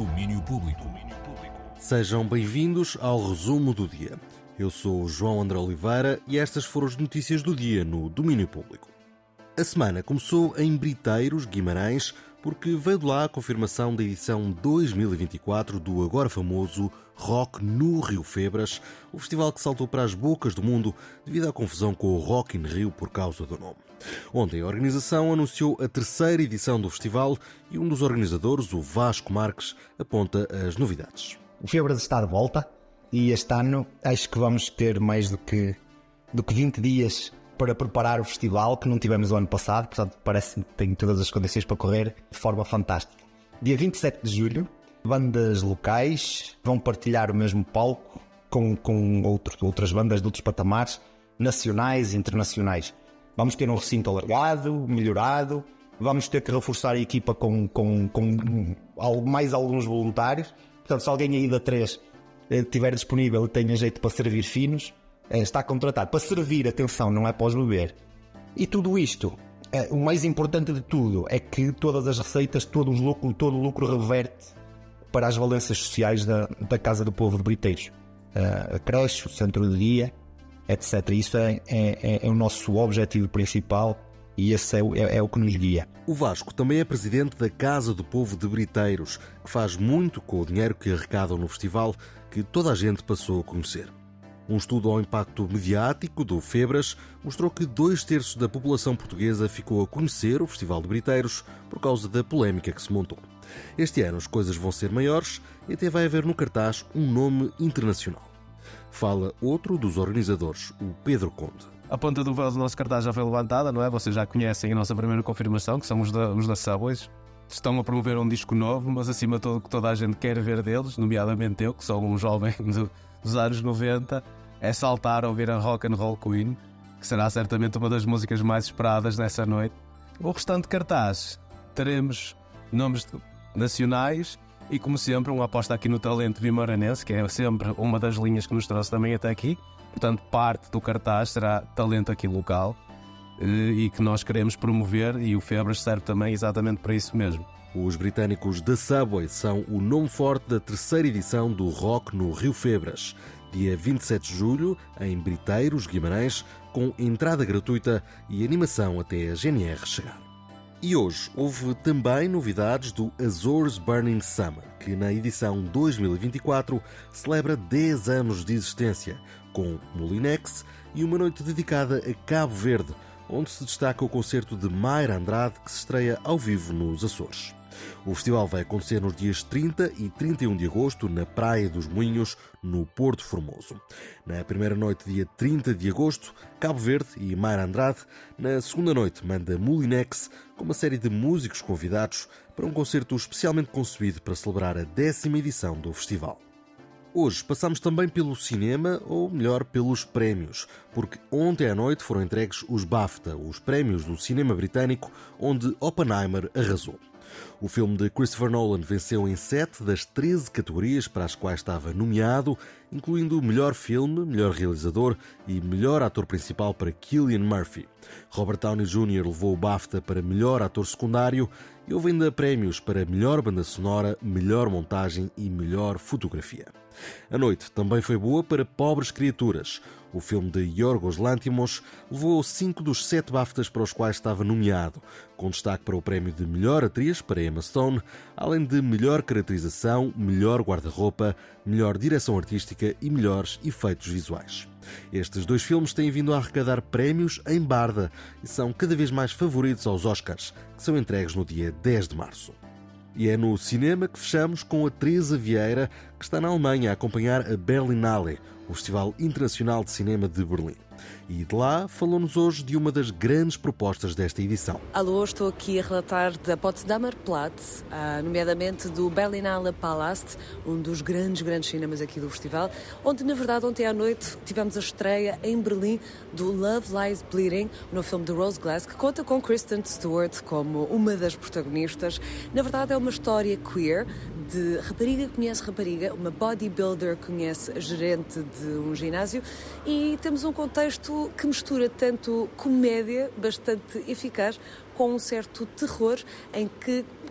Domínio Público. Sejam bem-vindos ao resumo do dia. Eu sou o João André Oliveira e estas foram as notícias do dia no Domínio Público. A semana começou em Briteiros, Guimarães, porque veio de lá a confirmação da edição 2024 do agora famoso Rock no Rio Febras, o festival que saltou para as bocas do mundo devido à confusão com o Rock in Rio por causa do nome. Ontem a organização anunciou a terceira edição do festival e um dos organizadores, o Vasco Marques, aponta as novidades. O Febras está de volta e este ano acho que vamos ter mais do que 20 dias para preparar o festival, que não tivemos o ano passado, portanto parece-me que tem todas as condições para correr de forma fantástica. Dia 27 de julho, bandas locais vão partilhar o mesmo palco com outras bandas de outros patamares, nacionais e internacionais. Vamos ter um recinto alargado, melhorado, vamos ter que reforçar a equipa com mais alguns voluntários. Portanto, se alguém aí da 3 estiver disponível e tenha jeito para servir finos, está contratado. Para servir, atenção, não é para os beber. E tudo isto, o mais importante de tudo, é que todas as receitas, todo o lucro reverte para as valências sociais da Casa do Povo de Briteiros. A creche, o centro de dia, etc. Isso é o nosso objetivo principal e esse é o que nos guia. O Vasco também é presidente da Casa do Povo de Briteiros, que faz muito com o dinheiro que arrecadam no festival, que toda a gente passou a conhecer. Um estudo ao impacto mediático do Febras mostrou que 2/3 da população portuguesa ficou a conhecer o Festival de Briteiros por causa da polémica que se montou. Este ano as coisas vão ser maiores e até vai haver no cartaz um nome internacional. Fala outro dos organizadores, o Pedro Conde. A ponta do véu do nosso cartaz já foi levantada, não é? Vocês já conhecem a nossa primeira confirmação, que são os da Subways. Estão a promover um disco novo, mas acima de tudo que toda a gente quer ver deles, nomeadamente eu, que sou um jovem dos anos 90, é saltar a ouvir a Rock and Roll Queen, que será certamente uma das músicas mais esperadas nessa noite. O restante cartaz, teremos nomes nacionais e, como sempre, uma aposta aqui no talento vimaranense, que é sempre uma das linhas que nos trouxe também até aqui. Portanto, parte do cartaz será talento aqui local e que nós queremos promover, e o Febras serve também exatamente para isso mesmo. Os britânicos da Subway são o nome forte da terceira edição do Rock no Rio Febras, dia 27 de julho, em Briteiros, Guimarães, com entrada gratuita e animação até a GNR chegar. E hoje houve também novidades do Azores Burning Summer, que na edição 2024 celebra 10 anos de existência, com Molinex e uma noite dedicada a Cabo Verde, onde se destaca o concerto de Mayra Andrade, que se estreia ao vivo nos Açores. O festival vai acontecer nos dias 30 e 31 de agosto na Praia dos Moinhos, no Porto Formoso. Na primeira noite, dia 30 de agosto, Cabo Verde e Mayra Andrade. Na segunda noite, manda Molinex, com uma série de músicos convidados para um concerto especialmente concebido para celebrar a 10ª edição do festival. Hoje passamos também pelo cinema, ou melhor, pelos prémios, porque ontem à noite foram entregues os BAFTA, os prémios do cinema britânico, onde Oppenheimer arrasou. O filme de Christopher Nolan venceu em 7 das 13 categorias para as quais estava nomeado, incluindo melhor filme, melhor realizador e melhor ator principal para Cillian Murphy. Robert Downey Jr. levou o BAFTA para melhor ator secundário e houve ainda prémios para melhor banda sonora, melhor montagem e melhor fotografia. A noite também foi boa para Pobres Criaturas. O filme de Yorgos Lanthimos levou 5 dos 7 BAFTAs para os quais estava nomeado, com destaque para o prémio de melhor atriz para Emma Stone, além de melhor caracterização, melhor guarda-roupa, melhor direção artística e melhores efeitos visuais. Estes 2 filmes têm vindo a arrecadar prémios em Barda e são cada vez mais favoritos aos Oscars, que são entregues no dia 10 de março. E é no cinema que fechamos com a Teresa Vieira, que está na Alemanha a acompanhar a Berlinale, o Festival Internacional de Cinema de Berlim. E de lá falou-nos hoje de uma das grandes propostas desta edição. Alô, estou aqui a relatar da Potsdamer Platz, nomeadamente do Berlinale Palast, um dos grandes cinemas aqui do festival, onde, na verdade, ontem à noite tivemos a estreia em Berlim do Love Lies Bleeding, no filme de Rose Glass, que conta com Kristen Stewart como uma das protagonistas. Na verdade, é uma história queer de rapariga que conhece rapariga, uma bodybuilder que conhece a gerente de um ginásio, e temos um contexto que mistura tanto comédia bastante eficaz com um certo terror, em que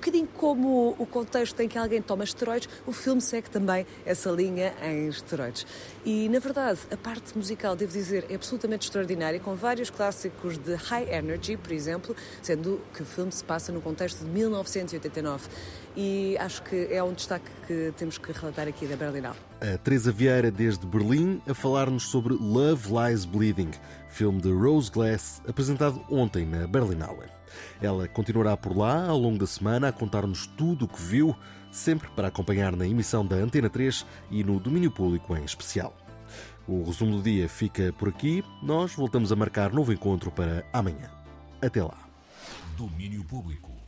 bocadinho como o contexto em que alguém toma esteroides, o filme segue também essa linha em esteroides. E, na verdade, a parte musical, devo dizer, é absolutamente extraordinária, com vários clássicos de High Energy, por exemplo, sendo que o filme se passa no contexto de 1989. E acho que é um destaque que temos que relatar aqui da Berlinale. A Teresa Vieira, desde Berlim, a falar-nos sobre Love Lies Bleeding, filme de Rose Glass, apresentado ontem na Berlinale. Ela continuará por lá ao longo da semana a contar-nos tudo o que viu, sempre para acompanhar na emissão da Antena 3 e no domínio público em especial. O resumo do dia fica por aqui. Nós voltamos a marcar novo encontro para amanhã. Até lá. Domínio Público.